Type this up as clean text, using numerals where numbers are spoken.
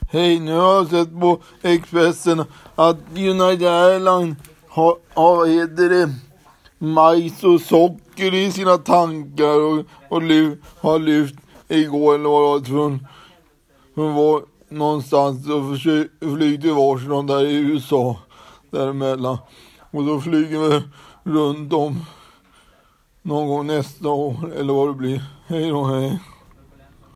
Hej, nu har jag sett på Expressen att United Airlines har majs och socker i sina tankar och har lyft igår eller vad det var hon var någonstans och flygde Washington där i USA däremellan. Och då flyger vi runt om någon gång nästa år eller vad det blir. Hej då, hej.